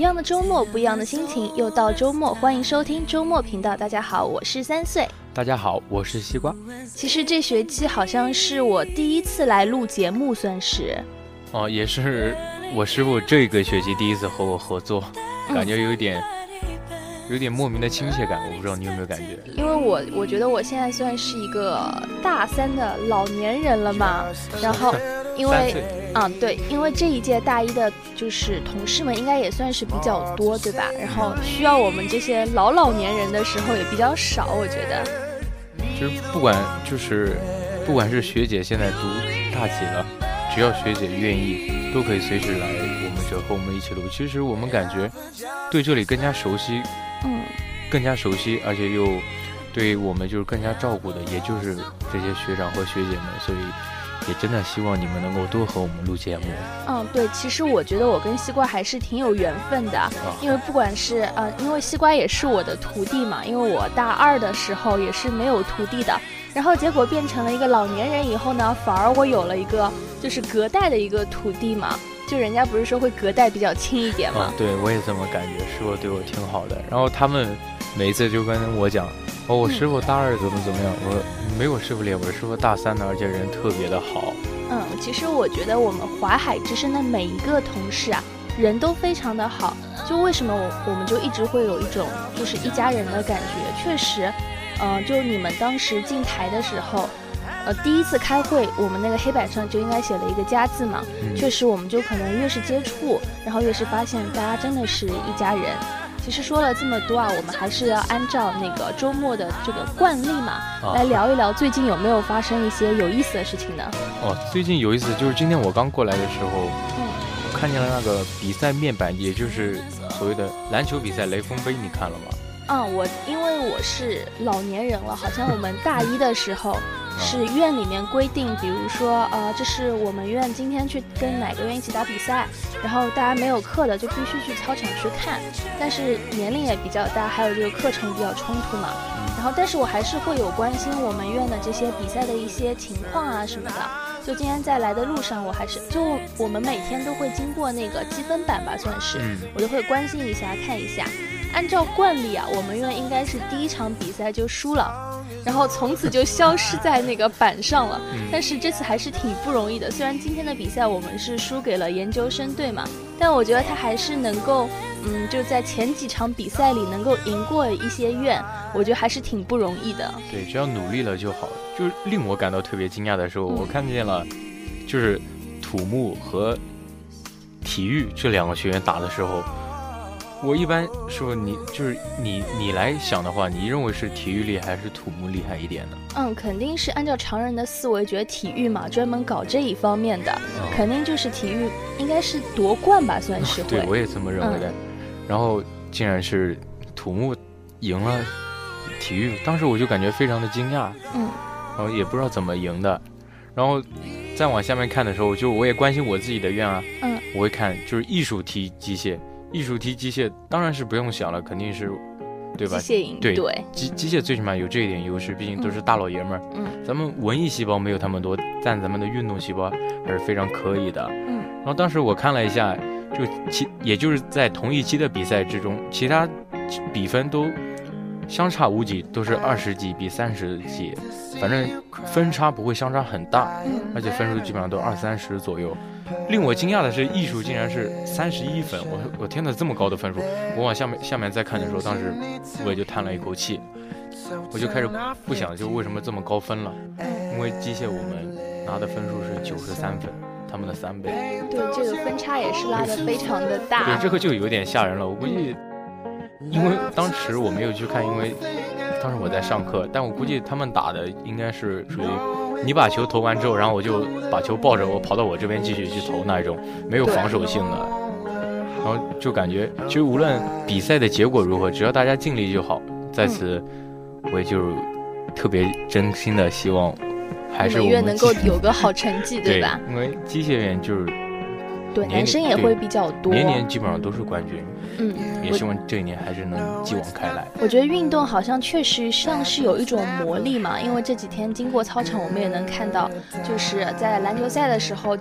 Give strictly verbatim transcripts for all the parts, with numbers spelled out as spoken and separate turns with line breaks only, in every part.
样的周末，不一样的心情，又到周末，欢迎收听周末频道。大家好，我是三岁。
大家好，我是西瓜。
其实这学期好像是我第一次来录节目，算是
哦，也是我师傅这个学期第一次和我合作，感觉有一点、嗯、有点莫名的亲切感，我不知道你有没有感觉。
因为我我觉得我现在算是一个大三的老年人了嘛，然后因为嗯对，因为这一届大一的就是同事们应该也算是比较多，对吧？然后需要我们这些老老年人的时候也比较少，我觉得。
其实不管就是不管是学姐现在读大几了，只要学姐愿意，都可以随时来我们这和我们一起录。其实我们感觉对这里更加熟悉，
嗯，更
加熟悉，而且又对我们就是更加照顾的，也就是这些学长和学姐们，所以也真的希望你们能够多和我们录节目。
嗯，对，其实我觉得我跟西瓜还是挺有缘分的，哦、因为不管是呃，因为西瓜也是我的徒弟嘛，因为我大二的时候也是没有徒弟的，然后结果变成了一个老年人以后呢，反而我有了一个就是隔代的一个徒弟嘛，就人家不是说会隔代比较亲一点嘛？
哦、对，我也这么感觉，师傅对我挺好的，然后他们每一次就跟我讲。哦，我师傅大二怎么怎么样？我说没有师傅脸，我师傅大三的，而且人特别的好。
嗯，其实我觉得我们华海之声的每一个同事啊，人都非常的好。就为什么我我们就一直会有一种就是一家人的感觉？确实，嗯、呃，就你们当时进台的时候，呃，第一次开会，我们那个黑板上就应该写了一个家字嘛。嗯、确实，我们就可能越是接触，然后越是发现大家真的是一家人。其实说了这么多啊，我们还是要按照那个周末的这个惯例嘛，啊、来聊一聊最近有没有发生一些有意思的事情呢？
哦，最近有意思，就是今天我刚过来的时候，嗯，我看见了那个比赛面板，也就是所谓的篮球比赛雷锋杯，你看了吗？
嗯，我因为我是老年人了，好像我们大一的时候是院里面规定，比如说呃，这是我们院今天去跟哪个院一起打比赛，然后大家没有课的就必须去操场去看，但是年龄也比较大，还有这个课程比较冲突嘛，然后但是我还是会有关心我们院的这些比赛的一些情况啊什么的。就今天在来的路上，我还是就我们每天都会经过那个积分板吧，算是，嗯、我就会关心一下看一下。按照惯例啊，我们院应该是第一场比赛就输了，然后从此就消失在那个板上了。嗯、但是这次还是挺不容易的，虽然今天的比赛我们是输给了研究生队嘛，但我觉得他还是能够，嗯，就在前几场比赛里能够赢过一些院，我觉得还是挺不容易的。
对，只要努力了就好。就是令我感到特别惊讶的时候，嗯、我看见了，就是土木和体育这两个学院打的时候。我一般说你就是你你来想的话，你认为是体育厉害还是土木厉害一点呢？
嗯，肯定是按照常人的思维，觉得体育嘛，专门搞这一方面的，嗯、肯定就是体育应该是夺冠吧，算是会。
对，我也这么认为的。嗯、然后竟然是土木赢了体育，当时我就感觉非常的惊讶，嗯，然后也不知道怎么赢的。然后再往下面看的时候，就我也关心我自己的院啊，嗯，我会看就是艺术题机械。艺术题机械当然是不用想了，肯定是，对吧？
机械赢，对，
对机机械最起码有这一点优势，毕竟都是大老爷们儿。嗯，咱们文艺细胞没有他们多，但咱们的运动细胞还是非常可以的。嗯，然后当时我看了一下，就其也就是在同一期的比赛之中，其他比分都相差无几，都是二十几比三十几，反正分差不会相差很大，而且分数基本上都二三十左右。令我惊讶的是，艺术竟然是三十一分，我我天哪，这么高的分数！我往下面下面再看的时候，当时我也就叹了一口气，我就开始不想就为什么这么高分了，因为机械我们拿的分数是九十三分，他们的三倍。
对，这个分差也是拉得非常的大。
对，这个就有点吓人了。我估计，因为当时我没有去看，因为当时我在上课，但我估计他们打的应该是属于。你把球投完之后，然后我就把球抱着我跑到我这边继续去投那一种没有防守性的，然后就感觉其实无论比赛的结果如何，只要大家尽力就好。在此我也就特别真心的希望还是我们
院能够有个好成绩，对吧？
对，因为机械院就是
对男生也会比较多，
年年基本上都是冠军。嗯，也希望这一年还是能继往开来。
我觉得运动好像确实像是有一种魔力嘛，因为这几天经过操场，我们也能看到，就是在篮球赛的时候，就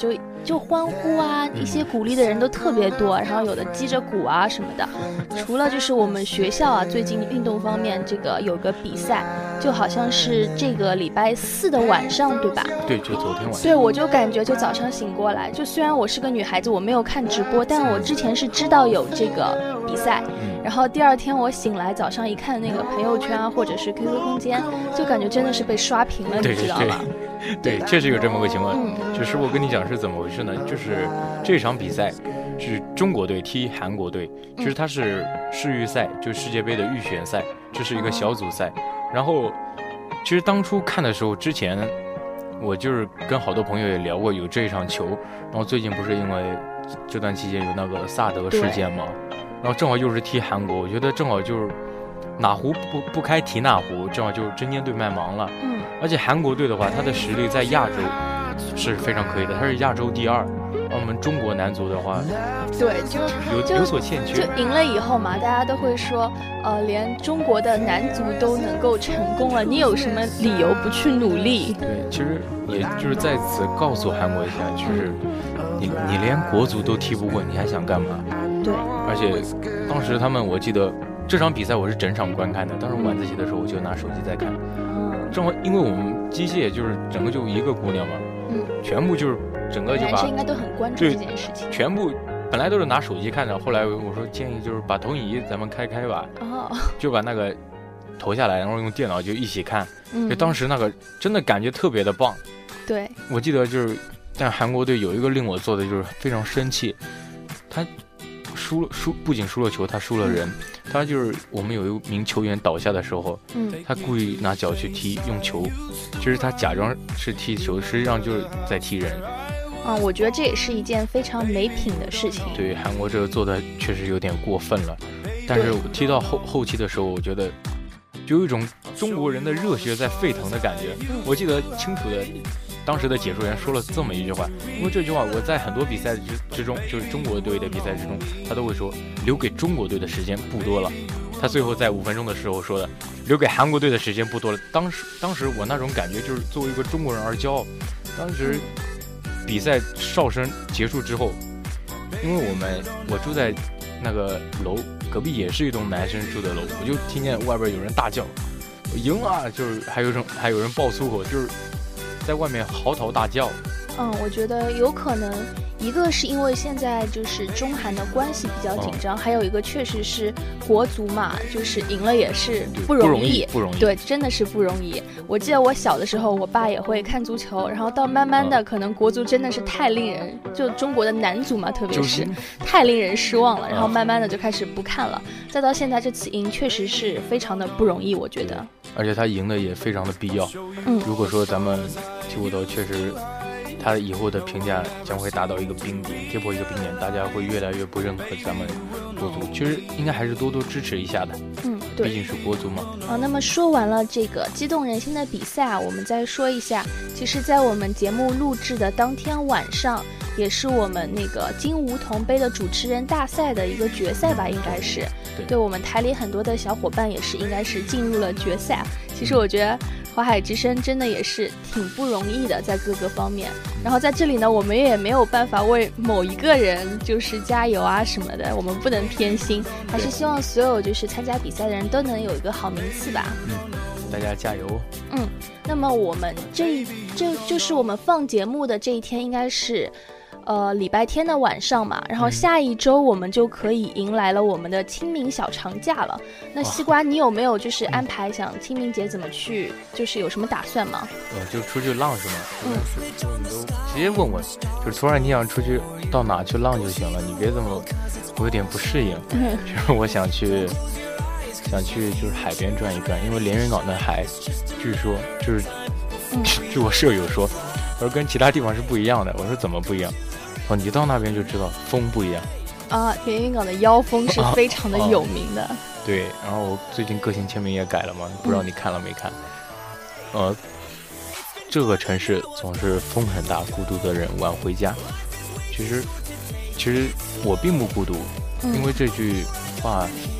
就欢呼啊，一些鼓励的人都特别多，然后有的击着鼓啊什么的。除了就是我们学校啊，最近运动方面这个有个比赛，就好像是这个礼拜四的晚上，对吧？
对，就昨天晚上。
对，我就感觉就早上醒过来，就虽然我是个女孩子，我没有看直播，但我之前是知道有这个比赛。然后第二天我醒来，早上一看那个朋友圈啊，或者是 Q Q 空间，就感觉真的是被刷屏了，你知道吗？
对，确实有这么个情况。嗯，就是我跟你讲是怎么回事呢？就是这场比赛是中国队踢韩国队，其实它是世预赛，就世界杯的预选赛，这是一个小组赛。然后，其实当初看的时候，之前我就是跟好多朋友也聊过有这场球。然后最近不是因为这段期间有那个萨德事件嘛，然后正好又是踢韩国，我觉得正好就是哪壶不不开提哪壶，正好就是针尖对麦芒了。嗯，而且韩国队的话，他的实力在亚洲是非常可以的，他是亚洲第二。而我们中国男足的话，
对，就
有有所欠缺。
就赢了以后嘛，大家都会说，呃，连中国的男足都能够成功了，你有什么理由不去努力？
对，其实也就是在此告诉韩国一下，就是你你连国足都踢不过，你还想干嘛？
对，
而且当时他们，我记得这场比赛我是整场观看的，当时晚自习的时候我就拿手机在看。嗯，正好因为我们机械就是整个就一个姑娘嘛，嗯，全部就是整个就把
男生应该都很关注这件事情。
全部本来都是拿手机看的，后来我说建议就是把投影仪咱们开开吧，哦，就把那个投下来，然后用电脑就一起看。嗯，就当时那个真的感觉特别的棒。
对，
我记得就是，但韩国队有一个令我做的就是非常生气，他。输了输不仅输了球，他输了人。他就是我们有一名球员倒下的时候，嗯，他故意拿脚去踢，用球，就是他假装是踢球，实际上就是在踢人。
啊、嗯，我觉得这也是一件非常没品的事情。
对，韩国这个做的确实有点过分了。但是我踢到后后期的时候，我觉得就有一种中国人的热血在沸腾的感觉。嗯、我记得清楚的。当时的解说员说了这么一句话，因为这句话我在很多比赛之之中，就是中国队的比赛之中，他都会说留给中国队的时间不多了。他最后在五分钟的时候说的，留给韩国队的时间不多了。当时当时我那种感觉就是作为一个中国人而骄傲。当时比赛哨声结束之后，因为我们我住在那个楼隔壁也是一栋男生住的楼，我就听见外边有人大叫我赢了，就是还有人还有人爆粗口，就是在外面嚎啕大叫。
嗯，我觉得有可能一个是因为现在就是中韩的关系比较紧张、哦、还有一个确实是国足嘛，就是赢了也是不容易
不容易
对，真的是不容易。我记得我小的时候我爸也会看足球，然后到慢慢的、嗯、可能国足真的是太令人就中国的男足嘛特别是、就是、太令人失望了，然后慢慢的就开始不看了、嗯、再到现在这次赢确实是非常的不容易，我觉得。
而且他赢的也非常的必要。嗯，如果说咱们踢骨头确实他以后的评价将会达到一个冰点，跌破一个冰点，大家会越来越不认可咱们国足，其实应该还是多多支持一下的。嗯，对，毕竟是国足嘛。
啊，那么说完了这个激动人心的比赛啊，我们再说一下，其实在我们节目录制的当天晚上，也是我们那个金梧桐杯的主持人大赛的一个决赛吧，应该是。对，对我们台里很多的小伙伴也是应该是进入了决赛。其实我觉得华海之声真的也是挺不容易的，在各个方面。然后在这里呢，我们也没有办法为某一个人就是加油啊什么的，我们不能偏心，还是希望所有就是参加比赛的人都能有一个好名次吧。
嗯，大家加油。
嗯，那么我们这这就是我们放节目的这一天，应该是呃礼拜天的晚上嘛，然后下一周我们就可以迎来了我们的清明小长假了。那西瓜，你有没有就是安排想清明节怎么去，就是有什么打算吗？
呃，就出去浪是吗？嗯，你都直接问我，就是突然你想出去到哪去浪就行了，你别这么，我有点不适应。嗯，就是我想去，想去就是海边转一转，因为连云港的海，据说就是，嗯、据我舍友说，而跟其他地方是不一样的。我说怎么不一样？哦，你到那边就知道风不一样
啊。连云港的妖风是非常的有名的。啊啊、
对，然后我最近个性签名也改了嘛，不知道你看了没看？嗯、呃，这个城市总是风很大，孤独的人晚回家。其实，其实我并不孤独，因为这句话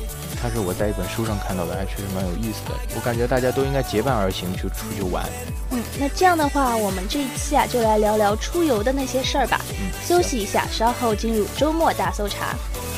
它是我在一本书上看到的，还确实蛮有意思的。我感觉大家都应该结伴而行去出去玩。
嗯，那这样的话，我们这一期啊就来聊聊出游的那些事儿吧。嗯，休息一下，稍后进入周末大搜查。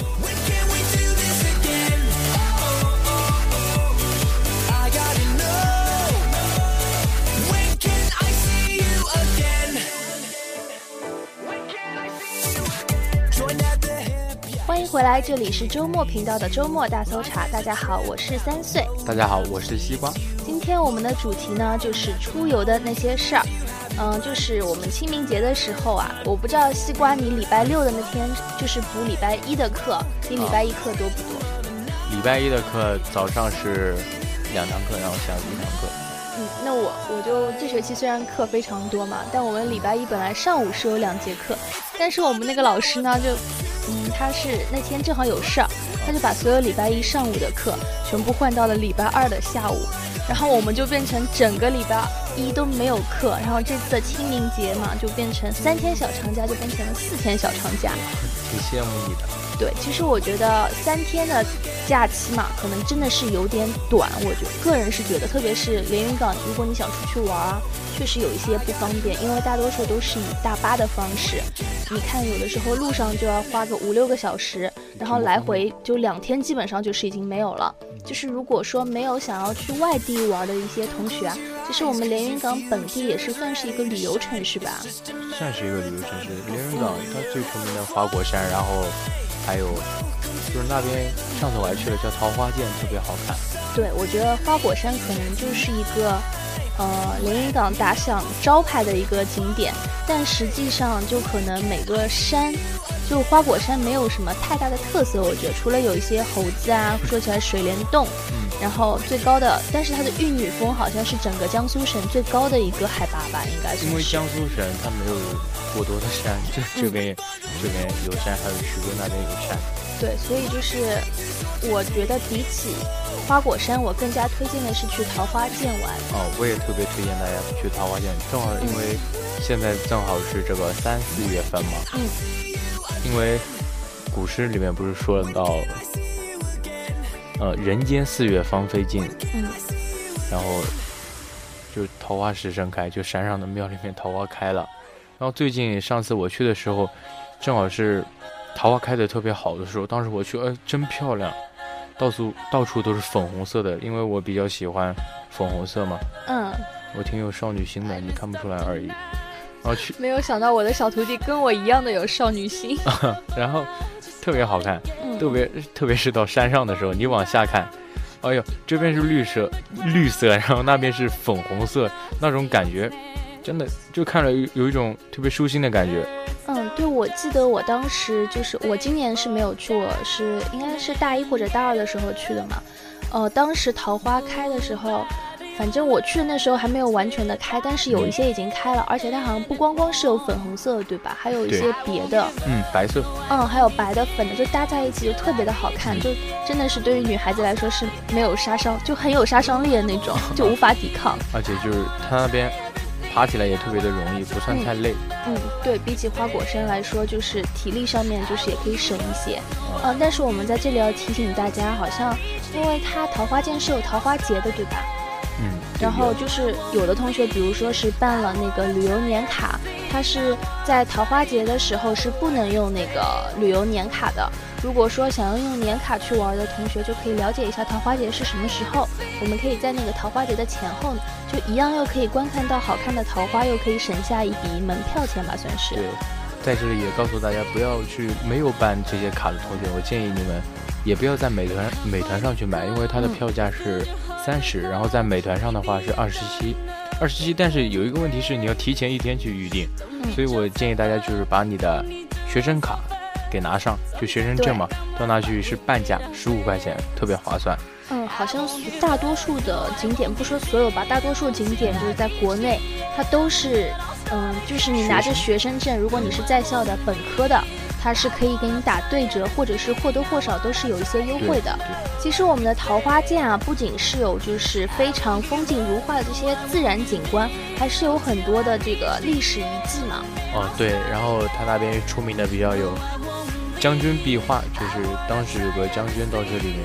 欢迎回来，这里是周末频道的周末大搜查。大家好，我是三岁。
大家好，我是西瓜。
今天我们的主题呢，就是出游的那些事儿。嗯，就是我们清明节的时候啊，我不知道西瓜你礼拜六的那天就是补礼拜一的课，你礼拜一课多不多？
礼拜一的课早上是两堂课，然后下午一堂课。
嗯，那我我就这学期虽然课非常多嘛，但我们礼拜一本来上午是有两节课，但是我们那个老师呢，就嗯，他是那天正好有事儿，他就把所有礼拜一上午的课全部换到了礼拜二的下午，然后我们就变成整个礼拜一都没有课，然后这次的清明节嘛，就变成三天小长假就变成了四天小长假。
挺羡慕你的。
对，其实我觉得三天的假期嘛，可能真的是有点短，我觉得个人是觉得，特别是连云港，如果你想出去玩啊，确实有一些不方便，因为大多数都是以大巴的方式，你看有的时候路上就要花个五六个小时，然后来回就两天，基本上就是已经没有了。就是如果说没有想要去外地玩的一些同学啊，其实我们连云港本地也是算是一个旅游城市吧，
算是一个旅游城市。连云港它最出名的花果山，然后还有就是那边上次我还去了叫桃花涧，特别好看。
对，我觉得花果山可能就是一个呃连云港打响招牌的一个景点，但实际上就可能每个山就花果山没有什么太大的特色，我觉得除了有一些猴子啊，说起来水帘洞，嗯，然后最高的，但是它的玉女峰好像是整个江苏省最高的一个海拔吧，应该是。
因为江苏省它没有过多的山，这这边、嗯、这边有山，还有徐州那边有山。
对，所以就是我觉得比起花果山，我更加推荐的是去桃花涧玩。
哦，我也特别推荐大家去桃花涧，正好因为现在正好是这个三四月份嘛。嗯。因为古诗里面不是说到，呃，人间四月芳菲尽，嗯，然后就桃花时盛开，就山上的庙里面桃花开了。然后最近上次我去的时候，正好是桃花开的特别好的时候，当时我去，呃，真漂亮，到处到处都是粉红色的，因为我比较喜欢粉红色嘛，嗯，我挺有少女心的，你看不出来而已。然后去，
没有想到我的小徒弟跟我一样的有少女心，
然后特别好看，嗯、特别特别是到山上的时候，你往下看，哎呦，这边是绿色绿色，然后那边是粉红色，那种感觉真的就看了有有一种特别舒心的感觉。
嗯，对，我记得我当时就是我今年是没有去，我是应该是大一或者大二的时候去的嘛，呃，当时桃花开的时候。反正我去的那时候还没有完全的开，但是有一些已经开了，而且它好像不光光是有粉红色的，对吧？还有一些别的，
嗯，白色，
嗯，还有白的、粉的，就搭在一起就特别的好看，就真的是对于女孩子来说是没有杀伤，就很有杀伤力的那种，就无法抵抗。
而且就是它那边爬起来也特别的容易，不算太累。
嗯，嗯对比起花果山来说，就是体力上面就是也可以省一些。嗯、呃，但是我们在这里要提醒大家，好像因为它桃花涧是有桃花节的，对吧？
嗯，
然后就是有的同学，比如说是办了那个旅游年卡，他是在桃花节的时候是不能用那个旅游年卡的。如果说想要用年卡去玩的同学，就可以了解一下桃花节是什么时候。我们可以在那个桃花节的前后，就一样又可以观看到好看的桃花，又可以省下一笔门票钱吧，算是。
对，在这里也告诉大家，不要去没有办这些卡的同学，我建议你们也不要在美团美团上去买，因为它的票价是三十、嗯，然后在美团上的话是二十七，二十七。但是有一个问题是你要提前一天去预定、嗯，所以我建议大家就是把你的学生卡给拿上，就学生证嘛，到那去是半价，十五块钱，特别划算。
嗯，好像大多数的景点，不说所有吧，大多数景点就是在国内，它都是，嗯，就是你拿着学生证，如果你是在校的本科的。它是可以给你打对折，或者是或多或少都是有一些优惠的。其实我们的桃花涧啊，不仅是有就是非常风景如画的这些自然景观，还是有很多的这个历史遗迹嘛。
哦，对，然后它那边出名的比较有将军壁画，就是当时有个将军到这里面，应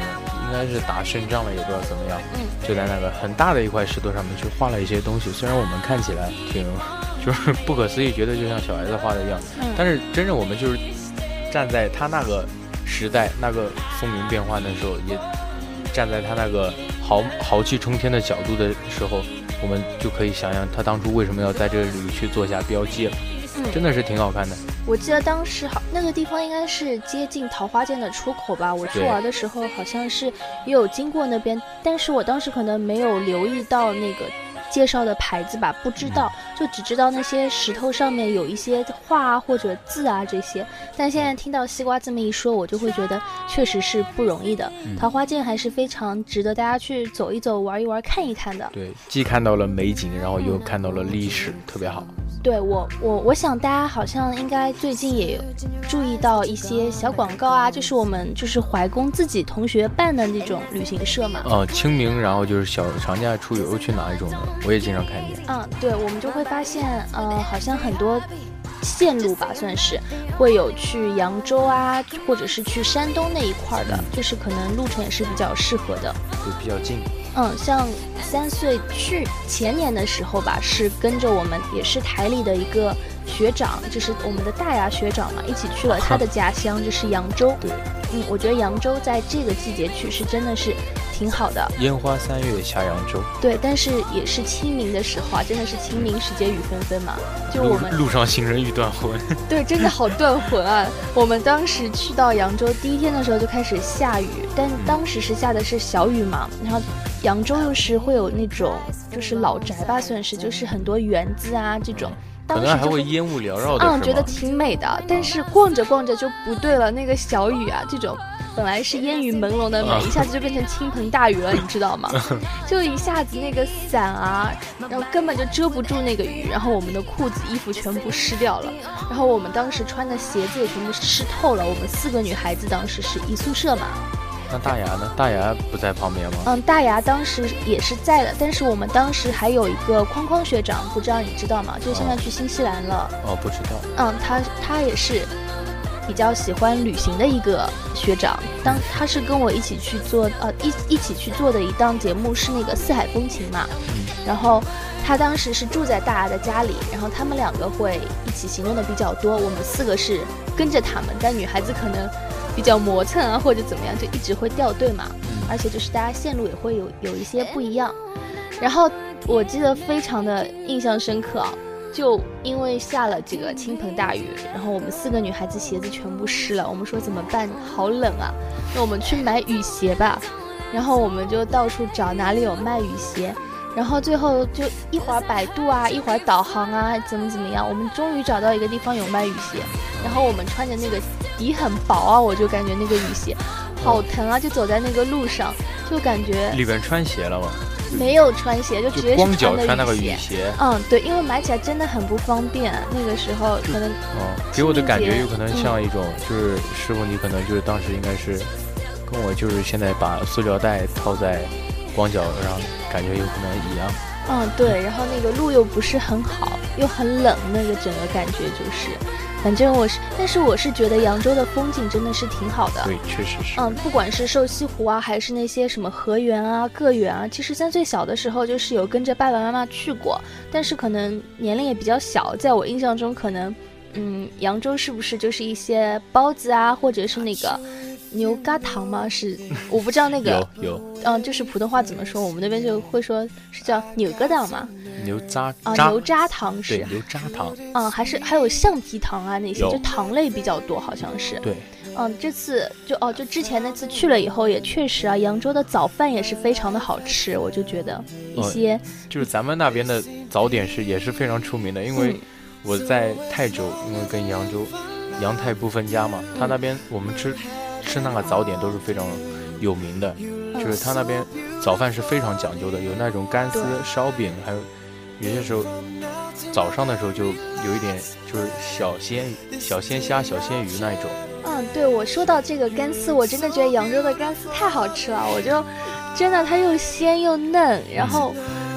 该是打胜仗了，也不知道怎么样，嗯，就在那个很大的一块石头上面去画了一些东西。虽然我们看起来挺就是不可思议，觉得就像小孩子画的一样，嗯，但是真正我们就是站在他那个时代那个风云变幻的时候，也站在他那个豪豪气冲天的角度的时候，我们就可以想象他当初为什么要在这里去做下标记了，嗯，真的是挺好看的。
我记得当时好那个地方应该是接近桃花涧的出口吧，我去玩的时候好像是也有经过那边，但是我当时可能没有留意到那个介绍的牌子吧，不知道，就只知道那些石头上面有一些画啊或者字啊这些。但现在听到西瓜这么一说，我就会觉得确实是不容易的，嗯，桃花涧还是非常值得大家去走一走玩一玩看一看的。
对，既看到了美景，然后又看到了历史，嗯，特别好。
对，我我我想大家好像应该最近也有注意到一些小广告啊，就是我们就是怀公自己同学办的那种旅行社嘛。
呃，清明然后就是小长假出游去哪一种的，我也经常看见。
嗯，对，我们就会发现，呃，好像很多线路吧，算是会有去扬州啊，或者是去山东那一块的，就是可能路程也是比较适合的，
就比较近。
嗯，像三岁去前年的时候吧，是跟着我们也是台里的一个学长，就是我们的大牙学长嘛，一起去了他的家乡，就是扬州。
对，
嗯，我觉得扬州在这个季节去是真的是挺好的。
烟花三月下扬州。
对，但是也是清明的时候啊，真的是清明时节雨纷纷嘛，就我们
路, 路上行人欲断魂。
对，真的好断魂啊！我们当时去到扬州第一天的时候就开始下雨，但当时是下的是小雨嘛，然后扬州又是会有那种就是老宅吧，算是就是很多园子啊这种。
可能还会烟雾缭绕的，
嗯，觉得挺美的。但是逛着逛着就不对了，那个小雨啊，这种本来是烟雨朦胧的美，一下子就变成倾盆大雨了，你知道吗？就一下子那个伞啊，然后根本就遮不住那个雨，然后我们的裤子、衣服全部湿掉了，然后我们当时穿的鞋子也全部湿透了。我们四个女孩子当时是一宿舍嘛。
那大牙呢？大牙不在旁边吗？
嗯，大牙当时也是在的，但是我们当时还有一个框框学长，不知道你知道吗？就现在去新西兰了。
哦，不知道。
嗯，他他也是比较喜欢旅行的一个学长，当他是跟我一起去做呃一一起去做的一档节目是那个四海风情嘛，嗯，然后他当时是住在大牙的家里，然后他们两个会一起行动的比较多，我们四个是跟着他们，但女孩子可能比较磨蹭啊或者怎么样，就一直会掉队嘛，而且就是大家线路也会有有一些不一样。然后我记得非常的印象深刻啊，就因为下了这个倾盆大雨，然后我们四个女孩子鞋子全部湿了，我们说怎么办，好冷啊，那我们去买雨鞋吧。然后我们就到处找哪里有卖雨鞋，然后最后就一会儿百度啊，一会儿导航啊，怎么怎么样，我们终于找到一个地方有卖雨鞋。然后我们穿着那个底很薄啊，我就感觉那个雨鞋好疼啊，就走在那个路上就感觉
里边穿鞋了吗？
没有穿鞋，就直接是
光脚穿那个雨鞋。
嗯，对，因为买起来真的很不方便。那个时候可能，
哦，给我的感觉有可能像一种，嗯、就是师傅你可能就是当时应该是跟我就是现在把塑料袋套在光脚上，感觉有可能一样。
嗯，对，然后那个路又不是很好，又很冷，那个整个感觉就是。反正我是，但是我是觉得扬州的风景真的是挺好的。
对，确实是。
嗯，不管是瘦西湖啊，还是那些什么河源啊、个园啊，其实三岁小的时候就是有跟着爸爸妈妈去过，但是可能年龄也比较小，在我印象中，可能，嗯，扬州是不是就是一些包子啊，或者是那个牛轧糖吗？是，我不知道那个
有有，
嗯，就是普通话怎么说，我们那边就会说是叫牛轧糖嘛。
牛轧
啊，牛轧糖是
对牛轧糖，
嗯，还是还有橡皮糖啊那些，就糖类比较多，好像是。
对，
嗯，这次就哦，就之前那次去了以后，也确实啊，扬州的早饭也是非常的好吃，我就觉得一些、哦、
就是咱们那边的早点是也是非常出名的，因为我在泰州，因为跟扬州扬泰不分家嘛，他那边我们吃吃那个早点都是非常有名的，就是他那边早饭是非常讲究的，有那种干丝、烧饼，还有。有些时候早上的时候就有一点就是小鲜小鲜虾小鲜鱼那一种。
嗯，对，我说到这个干丝，我真的觉得扬州的干丝太好吃了，我就真的它又鲜又嫩，然后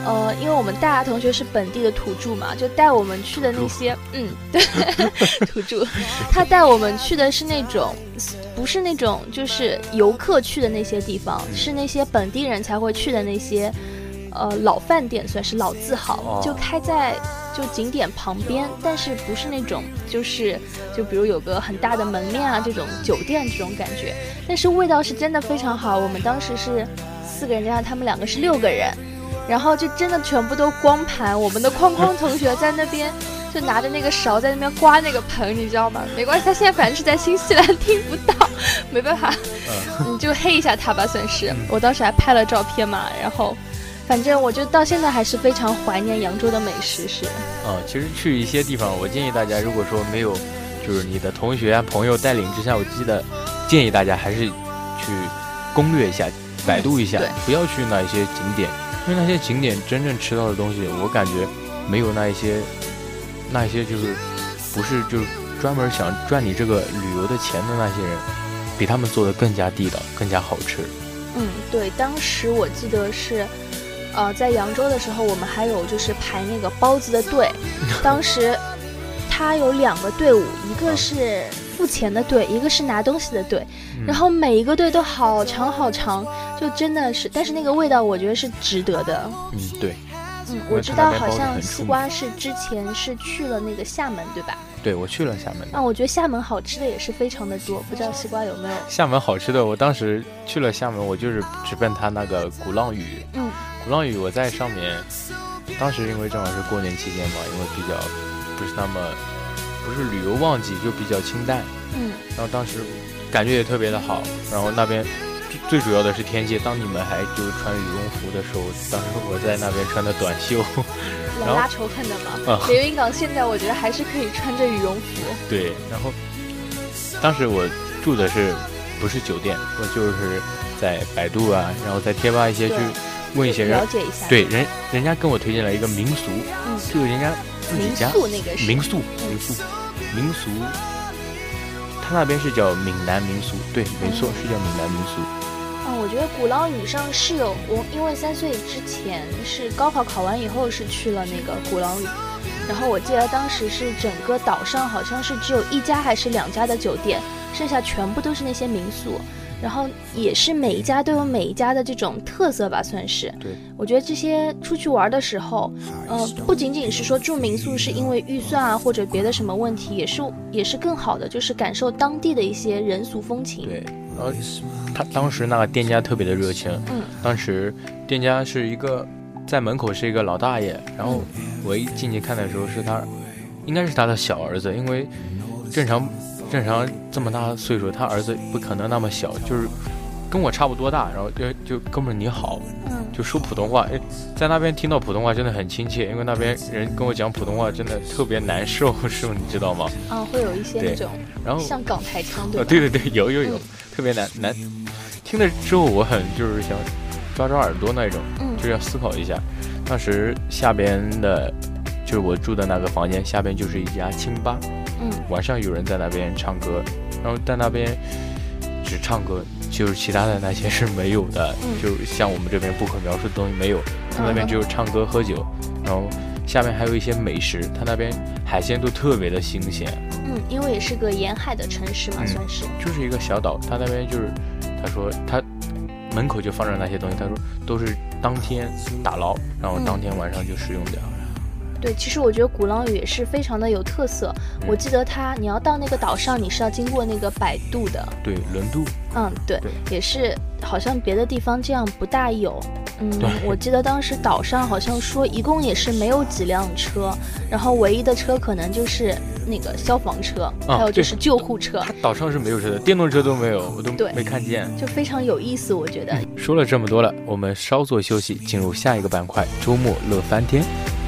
呃，因为我们大家同学是本地的土著嘛，就带我们去的那些，嗯，对，土著，他带我们去的是那种，不是那种就是游客去的那些地方，是那些本地人才会去的那些，呃，老饭店，算是老字号，哦、就开在就景点旁边，但是不是那种就是就比如有个很大的门面啊这种酒店这种感觉，但是味道是真的非常好。我们当时是四个人加上他们两个是六个人。然后就真的全部都光盘，我们的框框同学在那边就拿着那个勺在那边刮那个盆，你知道吗？没关系，他现在反正是在新西兰听不到，没办法，你就黑一下他吧，算是。我当时还拍了照片嘛，然后反正我就到现在还是非常怀念扬州的美食是。
啊、嗯，其实去一些地方，我建议大家，如果说没有就是你的同学啊朋友带领之下，我记得建议大家还是去攻略一下，百度一下，
嗯、
不要去那一些景点。因为那些景点真正吃到的东西，我感觉没有那一些，那一些就是不是就是专门想赚你这个旅游的钱的那些人，比他们做的更加地道，更加好吃。
嗯，对，当时我记得是，呃，在扬州的时候，我们还有就是排那个包子的队，当时他有两个队伍，一个是付钱的队，一个是拿东西的队，然后每一个队都好长好长，就真的是，但是那个味道我觉得是值得的。
嗯，对。
嗯，我知道好像西瓜是之前是去了那个厦门，对吧？
对，我去了厦门。
啊，我觉得厦门好吃的也是非常的多，不知道西瓜有没有？
厦门好吃的，我当时去了厦门，我就是直奔他那个鼓浪屿。
嗯，
鼓浪屿我在上面，当时因为正好是过年期间嘛，因为比较不是那么不是旅游旺季，就比较清淡。
嗯，
然后当时感觉也特别的好，然后那边最主要的是天气，当你们还就穿羽绒服的时候，当时我在那边穿的短袖，
来拉仇恨的嘛。连云港现在我觉得还是可以穿着羽绒服。
对，然后当时我住的是不是酒店，我就是在百度啊，然后在贴吧一些去问一些人
了解一下。
对，人人家跟我推荐了一个民俗，
嗯，
就是人家自己家
民宿那个是
民宿民宿民俗。他那边是叫闽南民俗，对，没错，是叫闽南民俗。
嗯，我觉得鼓浪屿上是有我，因为三岁之前是高考考完以后是去了那个鼓浪屿，然后我记得当时是整个岛上好像是只有一家还是两家的酒店，剩下全部都是那些民宿。然后也是每一家都有每一家的这种特色吧，算是。
对，
我觉得这些出去玩的时候，呃，不仅仅是说住民宿是因为预算啊或者别的什么问题，也是也是更好的，就是感受当地的一些人俗风情。
对，然后他当时那个店家特别的热情，
嗯，
当时店家是一个在门口是一个老大爷，然后我一进去看的时候是他，应该是他的小儿子，因为正常。正常这么大岁数，他儿子不可能那么小，就是跟我差不多大，然后就就哥们儿你好，
嗯，
就说普通话，哎，在那边听到普通话真的很亲切，因为那边人跟我讲普通话真的特别难受，是吗？你知道吗？
啊，会有一些那种，然后像港台腔，对吧？
啊，对对对，有有有，嗯、特别难难，听了之后我很就是想抓抓耳朵那种，
嗯，
就要思考一下。当时下边的，就是我住的那个房间下边就是一家清吧。
嗯，
晚上有人在那边唱歌，然后在那边只唱歌，就是其他的那些是没有的，
嗯、
就像我们这边不可描述的东西没有，他那边只有唱歌喝酒，然后下面还有一些美食，他那边海鲜都特别的新鲜。
嗯，因为也是个沿海的城市嘛，
嗯、
算是，
就是一个小岛，他那边就是他说他门口就放着那些东西，他说都是当天打捞，然后当天晚上就食用掉。
嗯对，其实我觉得鼓浪屿也是非常的有特色。嗯、我记得它，你要到那个岛上，你是要经过那个摆渡的。
对，轮渡。
嗯，对，对也是，好像别的地方这样不大有。嗯，我记得当时岛上好像说，一共也是没有几辆车，然后唯一的车可能就是那个消防车，
啊、
还有就是救护车。
它岛上是没有车的，电动车都没有，我都没看见，
就非常有意思，我觉得。
说了这么多了，我们稍作休息，进入下一个板块——周末乐翻天。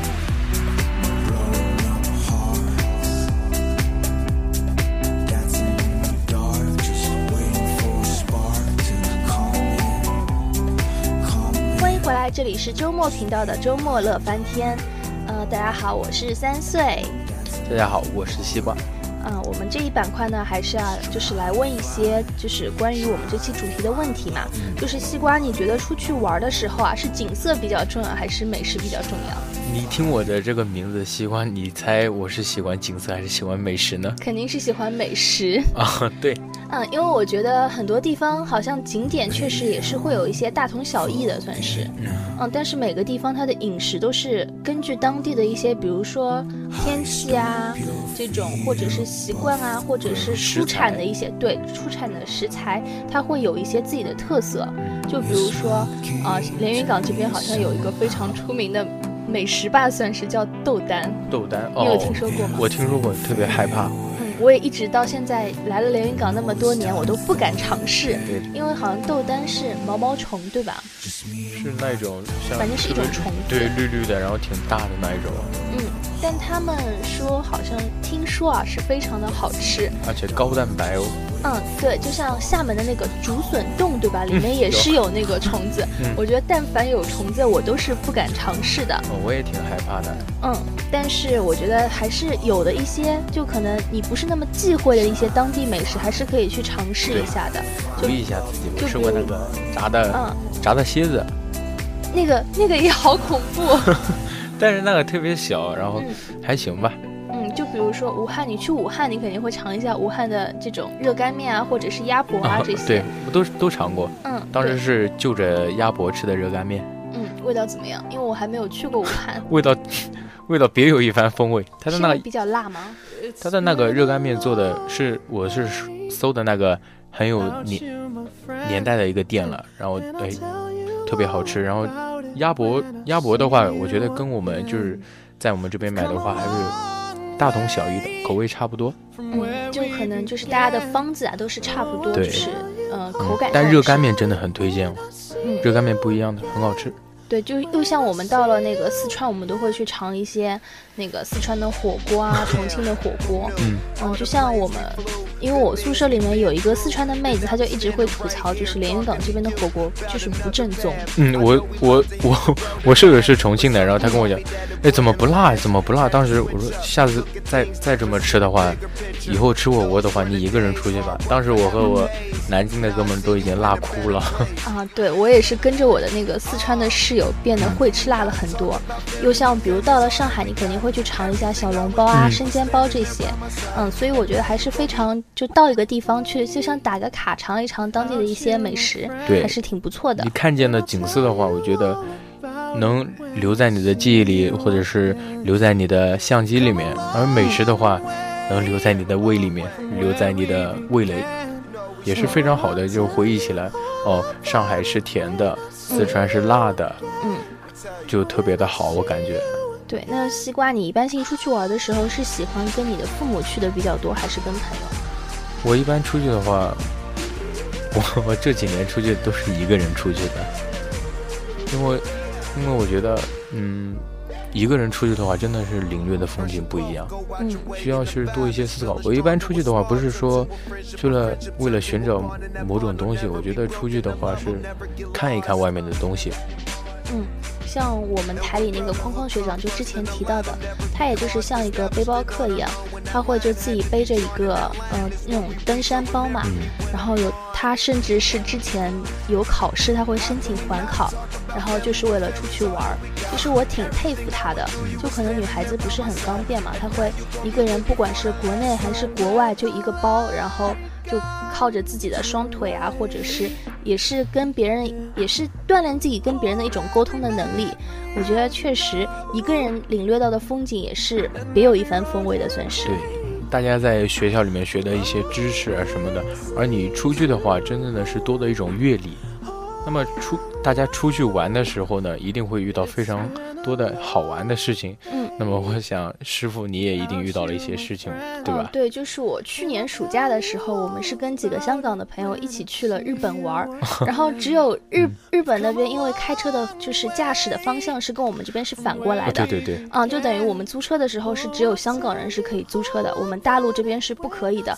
这里是周末频道的周末乐翻天，呃，大家好，我是三岁。
大家好，我是西瓜。
嗯，我们这一板块呢，还是要就是来问一些就是关于我们这期主题的问题嘛。就是西瓜，你觉得出去玩的时候啊，是景色比较重要，还是美食比较重要？
你听我的这个名字西瓜，你猜我是喜欢景色还是喜欢美食呢？
肯定是喜欢美食
啊，对。
嗯，因为我觉得很多地方好像景点确实也是会有一些大同小异的，算是。嗯，但是每个地方它的饮食都是根据当地的一些，比如说天气啊这种，或者是习惯啊，或者是出产的一些，对，出产的食材，它会有一些自己的特色。就比如说，啊、呃，连云港这边好像有一个非常出名的美食吧，算是叫豆丹。
豆丹，哦，
你有听说过吗？
我听说过，特别害怕。
我也一直到现在来了连云港那么多年，我都不敢尝试，因为好像豆丹是毛毛虫，对吧？
是那种像，
反正是一种虫子，
对，绿绿的，然后挺大的那一种。
嗯，但他们说好像听说啊是非常的好吃，
而且高蛋白哦。
嗯，对，就像厦门的那个竹笋冻，对吧？里面也是有那个虫子。嗯、我觉得但凡有虫子，我都是不敢尝试的。
哦，我也挺害怕的。
嗯，但是我觉得还是有的一些，就可能你不是那么忌讳的一些当地美食，还是可以去尝试一下的。
鼓励一下自己。我吃过那个炸的，嗯，炸的蝎子。
那个那个也好恐怖。
但是那个特别小，然后还行吧。
嗯，就比如说武汉，你去武汉，你肯定会尝一下武汉的这种热干面啊，或者是鸭脖啊这些。
对，我都都尝过。
嗯，
当时是就着鸭脖吃的热干面。
嗯，味道怎么样？因为我还没有去过武汉。
味道，味道别有一番风味。它的那个
比较辣吗？
它的那个热干面做的是，我是搜的那个很有年年代的一个店了，然后哎，特别好吃。然后鸭脖鸭脖的话，我觉得跟我们就是在我们这边买的话还是大同小异的，口味差不多。
嗯，就可能就是大家的方子啊都是差不多，就是呃口感、嗯。
但热干面真的很推荐哦，
嗯，
热干面不一样的，很好吃。
对，就又像我们到了那个四川，我们都会去尝一些那个四川的火锅啊，重庆的火锅。嗯嗯，就像我们，因为我宿舍里面有一个四川的妹子，她就一直会吐槽，就是连云港这边的火锅就是不正宗。
嗯，我我我我舍友是重庆的，然后他跟我讲，哎，怎么不辣？怎么不辣？当时我说，下次再再这么吃的话，以后吃火锅的话，你一个人出去吧。当时我和我南京的哥们都已经辣哭了。
啊，对，我也是跟着我的那个四川的室友变得会吃辣了很多。又像比如到了上海，你肯定会去尝一下小笼包啊、生煎包这些。嗯，所以我觉得还是非常，就到一个地方去，就像打个卡尝一尝当地的一些美食，
对，
还是挺不错的。
你看见的景色的话，我觉得能留在你的记忆里，或者是留在你的相机里面；而美食的话，能留在你的胃里面，留在你的味蕾，也是非常好的。就回忆起来，哦，上海是甜的，四川是辣的，
嗯，
就特别的好，我感觉。
对，那西瓜，你一般性出去玩的时候是喜欢跟你的父母去的比较多，还是跟朋友？
我一般出去的话，我我这几年出去都是一个人出去的，因为因为我觉得，嗯，一个人出去的话，真的是领略的风景不一样，
嗯，
需要是多一些思考。我一般出去的话，不是说去了为了寻找某种东西，我觉得出去的话是看一看外面的东西。
嗯，像我们台里那个框框学长就之前提到的，他也就是像一个背包客一样，他会就自己背着一个呃那种登山包嘛，
嗯、
然后有他甚至是之前有考试，他会申请缓考，然后就是为了出去玩。其实我挺佩服他的，就可能女孩子不是很方便嘛，他会一个人不管是国内还是国外，就一个包，然后就靠着自己的双腿啊，或者是也是跟别人也是锻炼自己跟别人的一种沟通的能力。我觉得确实一个人领略到的风景也是别有一番风味的，算是。
对，大家在学校里面学的一些知识啊什么的，而你出去的话，真正的是多的一种阅历。那么出大家出去玩的时候呢，一定会遇到非常多的好玩的事情。嗯，那么我想师傅你也一定遇到了一些事情，对吧？
嗯、对，就是我去年暑假的时候，我们是跟几个香港的朋友一起去了日本玩，然后只有日日本那边因为开车的就是驾驶的方向是跟我们这边是反过来的。
哦、对对对。
嗯，就等于我们租车的时候是只有香港人是可以租车的，我们大陆这边是不可以的。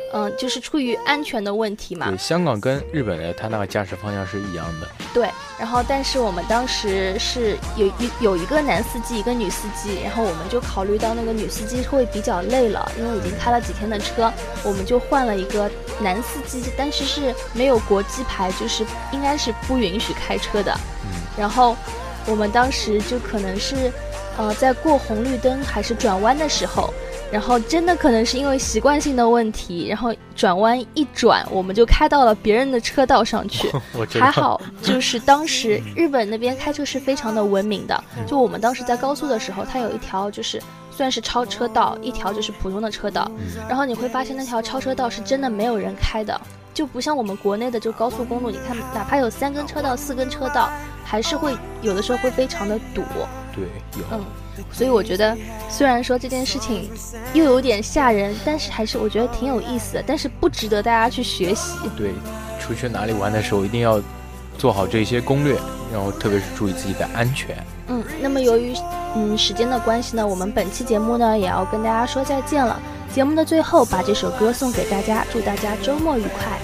嗯，就是出于安全的问题嘛。
对，香港跟日本的它那个驾驶方向是一样的。
对，然后但是我们当时是有一有一个男司机，一个女司机，然后我们就考虑到那个女司机会比较累了，因为已经开了几天的车，我们就换了一个男司机，但是是没有国际牌，就是应该是不允许开车的。
嗯，
然后我们当时就可能是呃在过红绿灯还是转弯的时候，然后真的可能是因为习惯性的问题，然后转弯一转，我们就开到了别人的车道上去。还好，就是当时日本那边开车是非常的文明的，就我们当时在高速的时候，它有一条就是算是超车道，一条就是普通的车道，然后你会发现那条超车道是真的没有人开的，就不像我们国内的就高速公路，你看哪怕有三根车道、四根车道，还是会有的时候会非常的堵。
对，有。
嗯。所以我觉得虽然说这件事情又有点吓人，但是还是我觉得挺有意思的，但是不值得大家去学习。
对，出去哪里玩的时候一定要做好这些攻略，然后特别是注意自己的安全。
嗯，那么由于嗯时间的关系呢，我们本期节目呢也要跟大家说再见了。节目的最后把这首歌送给大家，祝大家周末愉快。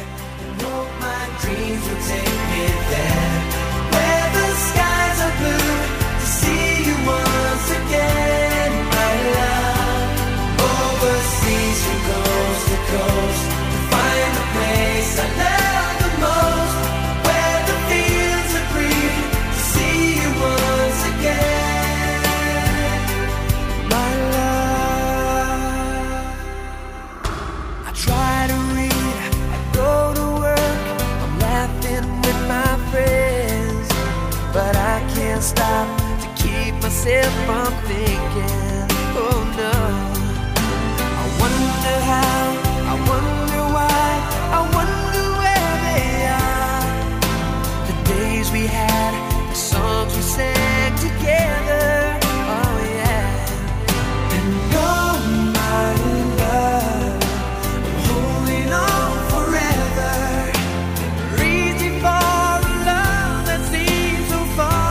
Once again, my love, overseas from coast to coast, to find the place I love the most, where the fields are green, to see you once again, my love. I try to read, I go to work, I'm laughing with my friends, but I can't stop myself from thinking, oh no, I wonder how, I wonder why, I wonder where they are. The days we had, the songs we sang together, oh yeah. And oh my love, I'm holding on forever, reaching for a love that seems so far.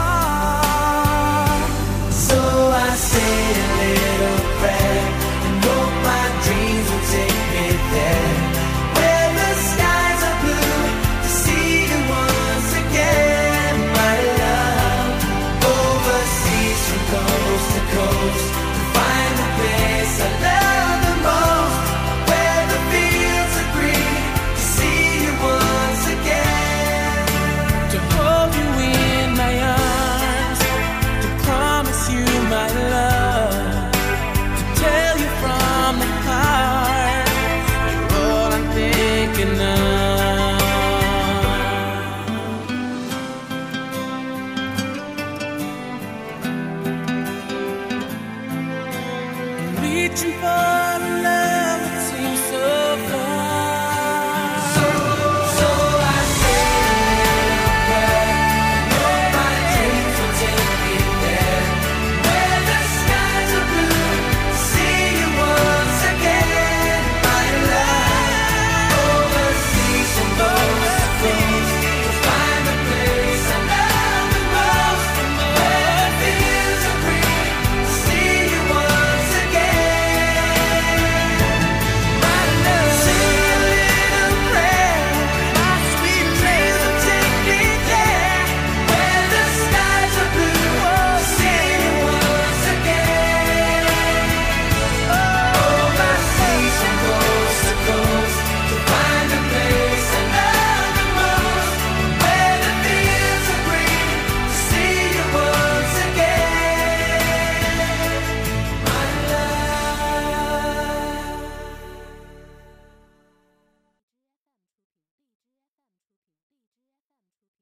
I say a little prayer and hope my dreams will take me there, where the skies are blue, to see you once again, my love. Overseas from coast to coast, to find the place I love the most, where the fields are green, to see you once again, to hold you in my arms, to promise you my love, to tell you from the heart, you're all I'm thinking of. I'm reaching for love